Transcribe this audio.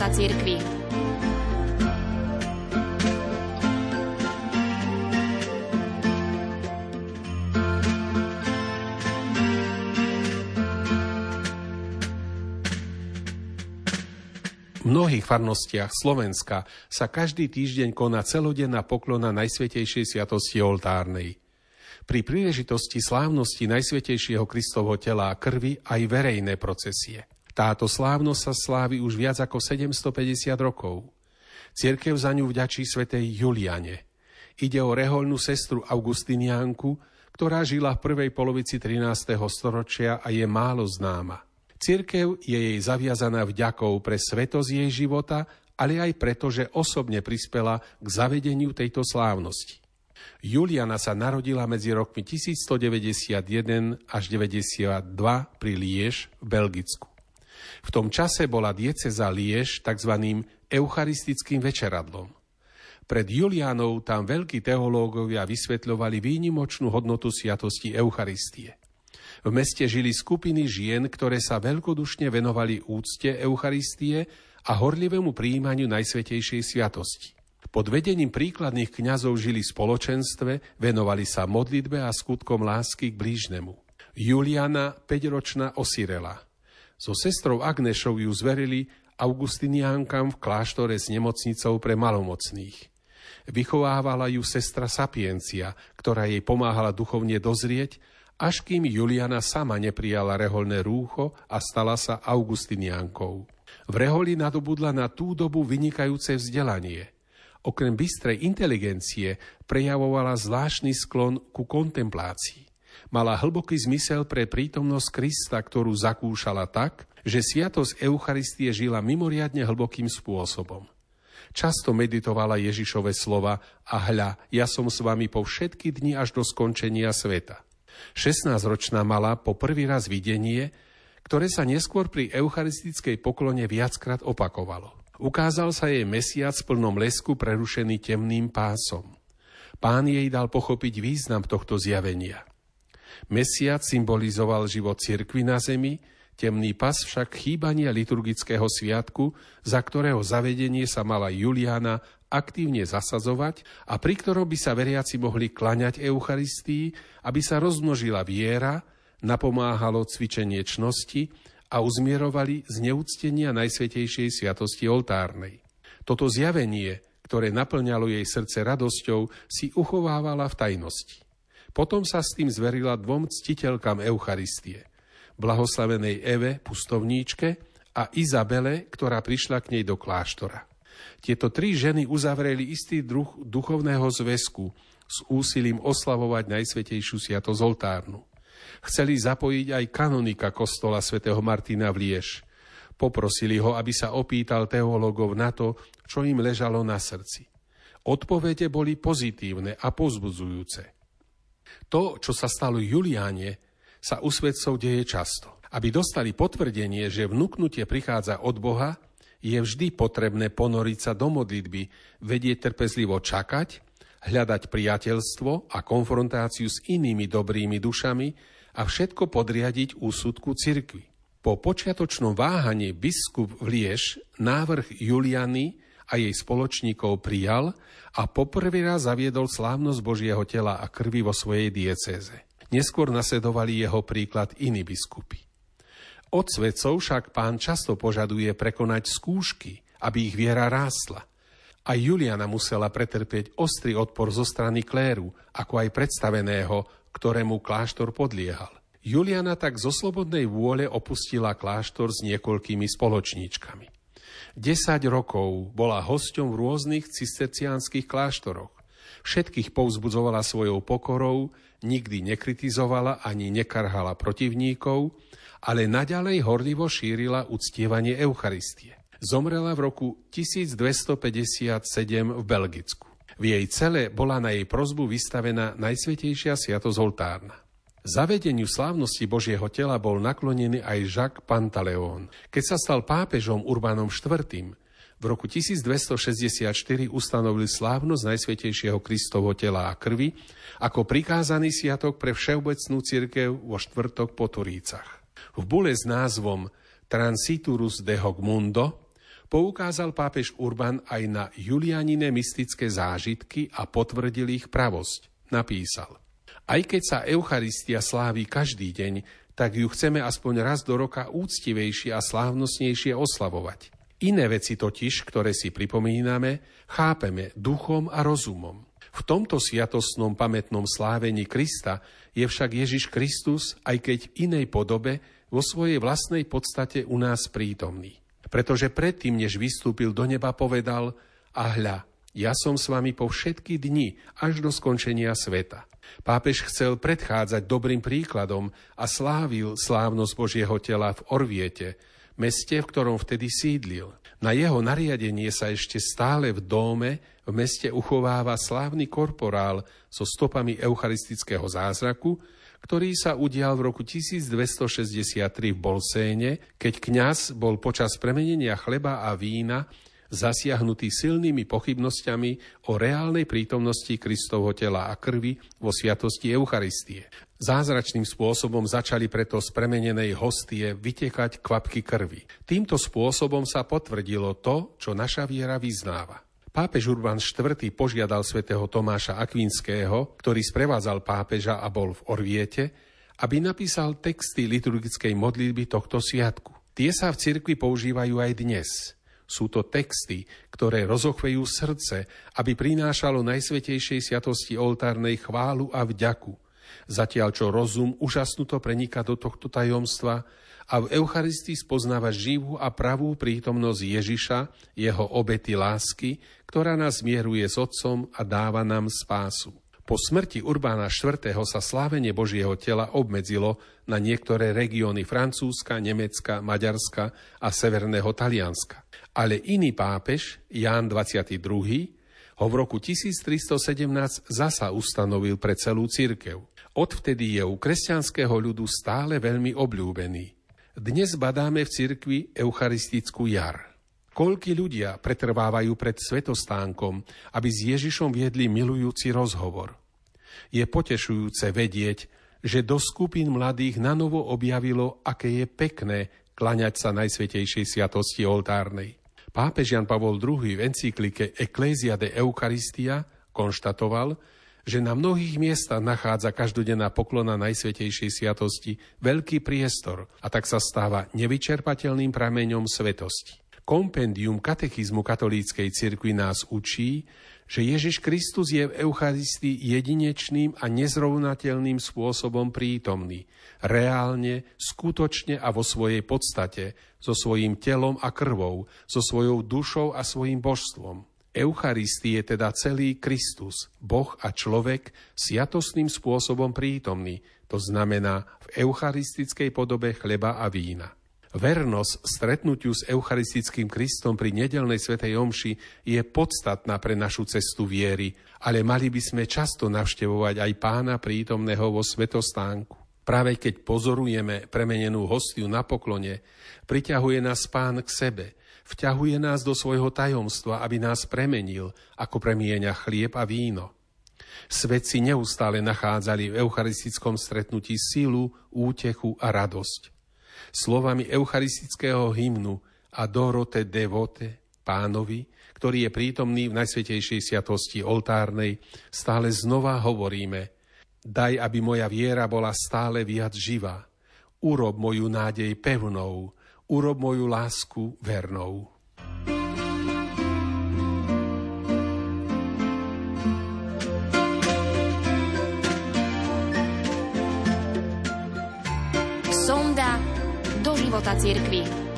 života cirkvi. V mnohých farnostiach Slovenska sa každý týždeň koná celodenná poklona Najsvätejšej sviatosti oltárnej. Pri príležitosti slávnosti Najsvätejšieho Kristovho tela a krvi aj verejné procesie. Táto slávnosť sa slávi už viac ako 750 rokov. Cirkev za ňu vďačí svätej Juliane. Ide o rehoľnú sestru Augustiniánku, ktorá žila v prvej polovici 13. storočia a je málo známa. Cirkev je jej zaviazaná vďakou pre svetosť jej života, ale aj preto, že osobne prispela k zavedeniu tejto slávnosti. Juliana sa narodila medzi rokmi 1191 až 92 pri Liège v Belgicku. V tom čase bola diecéza Liège tzv. Eucharistickým večeradlom. Pred Julianou tam veľkí teológovia vysvetľovali výnimočnú hodnotu sviatosti Eucharistie. V meste žili skupiny žien, ktoré sa veľkodušne venovali úcte Eucharistie a horlivému prijímaniu Najsvätejšej sviatosti. Pod vedením príkladných kňazov žili v spoločenstve, venovali sa modlitbe a skutkom lásky k blížnemu. Juliana, 5-ročná, osirela. So sestrou Agnešou ju zverili Augustiniánkam v kláštore s nemocnicou pre malomocných. Vychovávala ju sestra Sapiencia, ktorá jej pomáhala duchovne dozrieť, až kým Juliana sama neprijala rehoľné rúcho a stala sa Augustiniánkou. V reholi nadobudla na tú dobu vynikajúce vzdelanie. Okrem bystrej inteligencie prejavovala zvláštny sklon ku kontemplácii. Mala hlboký zmysel pre prítomnosť Krista, ktorú zakúšala tak, že sviatosť Eucharistie žila mimoriadne hlbokým spôsobom. Často meditovala Ježišove slova a hľa, ja som s vami po všetky dni až do skončenia sveta. 16-ročná mala po prvý raz videnie, ktoré sa neskôr pri eucharistickej poklone viackrát opakovalo. Ukázal sa jej mesiac v plnom lesku prerušený temným pásom. Pán jej dal pochopiť význam tohto zjavenia. Mesiac symbolizoval život cirkvi na zemi, temný pas však chýbania liturgického sviatku, za ktorého zavedenie sa mala Juliana aktívne zasadzovať a pri ktorom by sa veriaci mohli klaňať Eucharistii, aby sa rozmnožila viera, napomáhalo cvičenie čnosti a uzmierovali zneúctenia Najsvätejšej sviatosti oltárnej. Toto zjavenie, ktoré naplňalo jej srdce radosťou, si uchovávala v tajnosti. Potom sa s tým zverila 2 ctiteľkám Eucharistie, blahoslavenej Eve, pustovníčke, a Izabele, ktorá prišla k nej do kláštora. Tieto 3 ženy uzavreli istý druh duchovného zväzku s úsilím oslavovať Najsvätejšiu sviatosť oltárnu. Chceli zapojiť aj kanonika kostola svätého Martina v Liège. Poprosili ho, aby sa opýtal teológov na to, čo im ležalo na srdci. Odpovede boli pozitívne a povzbudzujúce. To, čo sa stalo Juliane, sa u svätcov deje často. Aby dostali potvrdenie, že vnuknutie prichádza od Boha, je vždy potrebné ponoriť sa do modlitby, vedieť trpezlivo čakať, hľadať priateľstvo a konfrontáciu s inými dobrými dušami a všetko podriadiť úsudku cirkvi. Po počiatočnom váhaní biskup v Liège návrh Juliany a jej spoločníkov prijal a poprvý raz zaviedol slávnosť Božieho tela a krvi vo svojej diecéze. Neskôr nasledovali jeho príklad iní biskupy. Od svätcov však Pán často požaduje prekonať skúšky, aby ich viera rástla. Aj Juliana musela pretrpieť ostrý odpor zo strany kléru, ako aj predstaveného, ktorému kláštor podliehal. Juliana tak zo slobodnej vôle opustila kláštor s niekoľkými spoločníčkami. 10 rokov bola hosťom v rôznych cisterciánskych kláštoroch. Všetkých povzbudzovala svojou pokorou, nikdy nekritizovala ani nekarhala protivníkov, ale naďalej horlivo šírila uctievanie Eucharistie. Zomrela v roku 1257 v Belgicku. V jej cele bola na jej prosbu vystavená Najsvätejšia sviatosť oltárna. Zavedeniu slávnosti Božieho tela bol naklonený aj Jacques Pantaleón. Keď sa stal pápežom Urbanom IV., v roku 1264 ustanovil slávnosť Najsvätejšieho Kristovho tela a krvi ako prikázaný sviatok pre všeobecnú cirkev vo štvrtok po Turícach. V bule s názvom Transiturus de hoc mundo Poukázal pápež Urban aj na Julianine mystické zážitky a potvrdil ich pravosť. Napísal: Aj keď sa Eucharistia slávi každý deň, tak ju chceme aspoň raz do roka úctivejšie a slávnostnejšie oslavovať. Iné veci totiž, ktoré si pripomíname, chápeme duchom a rozumom. V tomto sviatostnom pamätnom slávení Krista je však Ježiš Kristus, aj keď v inej podobe, vo svojej vlastnej podstate u nás prítomný. Pretože predtým, než vystúpil do neba, povedal: A hľa, ja som s vami po všetky dni, až do skončenia sveta. Pápež chcel predchádzať dobrým príkladom a slávil slávnosť Božieho tela v Orviete, meste, v ktorom vtedy sídlil. Na jeho nariadenie sa ešte stále v dóme v meste uchováva slávny korporál so stopami eucharistického zázraku, ktorý sa udial v roku 1263 v Bolséne, keď kňaz bol počas premenenia chleba a vína zasiahnutý silnými pochybnosťami o reálnej prítomnosti Kristovho tela a krvi vo sviatosti Eucharistie. Zázračným spôsobom začali preto z premenenej hostie vytekať kvapky krvi. Týmto spôsobom sa potvrdilo to, čo naša viera vyznáva. Pápež Urban IV. Požiadal svätého Tomáša Akvinského, ktorý sprevádzal pápeža a bol v Orviete, aby napísal texty liturgickej modlitby tohto sviatku. Tie sa v cirkvi používajú aj dnes. Sú to texty, ktoré rozochvejú srdce, aby prinášalo najsvätejšej sviatosti oltárnej chválu a vďaku. Zatiaľ čo rozum úžasnuto preniká do tohto tajomstva a v Eucharistii spoznáva živú a pravú prítomnosť Ježiša, jeho obety lásky, ktorá nás zmieruje s Otcom a dáva nám spásu. Po smrti Urbána IV. Sa slávenie Božieho tela obmedzilo na niektoré regióny Francúzska, Nemecka, Maďarska a Severného Talianska. Ale iný pápež, Ján 22., ho v roku 1317 zasa ustanovil pre celú cirkev. Odvtedy je u kresťanského ľudu stále veľmi obľúbený. Dnes badáme v cirkvi eucharistickú jar. Koľkí ľudia pretrvávajú pred svetostánkom, aby s Ježišom viedli milujúci rozhovor. Je potešujúce vedieť, že do skupín mladých nanovo objavilo, aké je pekné klaňať sa najsvätejšej sviatosti oltárnej. Pápež Jan Pavol II v encyklike Ecclesia de Eucharistia konštatoval, že na mnohých miestach nachádza každodenná poklona najsvätejšej sviatosti veľký priestor a tak sa stáva nevyčerpateľným prameňom svetosti. Kompendium katechizmu katolíckej cirkvi nás učí, že Ježiš Kristus je v Eucharistii jedinečným a nezrovnateľným spôsobom prítomný, reálne, skutočne a vo svojej podstate, so svojím telom a krvou, so svojou dušou a svojím božstvom. Eucharistii je teda celý Kristus, Boh a človek, sviatostným spôsobom prítomný, to znamená v eucharistickej podobe chleba a vína. Vernosť stretnutiu s eucharistickým Kristom pri nedeľnej svätej omši je podstatná pre našu cestu viery, ale mali by sme často navštevovať aj Pána prítomného vo svätostánku. Práve keď pozorujeme premenenú hostiu na poklone, priťahuje nás Pán k sebe, vťahuje nás do svojho tajomstva, aby nás premenil, ako premieňa chlieb a víno. Svetci neustále nachádzali v eucharistickom stretnutí silu, útechu a radosť. Slovami eucharistického hymnu Adoro te devote, Pánovi, ktorý je prítomný v najsvätejšej sviatosti oltárnej, stále znova hovoríme: Daj, aby moja viera bola stále viac živá. Urob moju nádej pevnou, urob moju lásku vernou. Sonda do života cirkvi.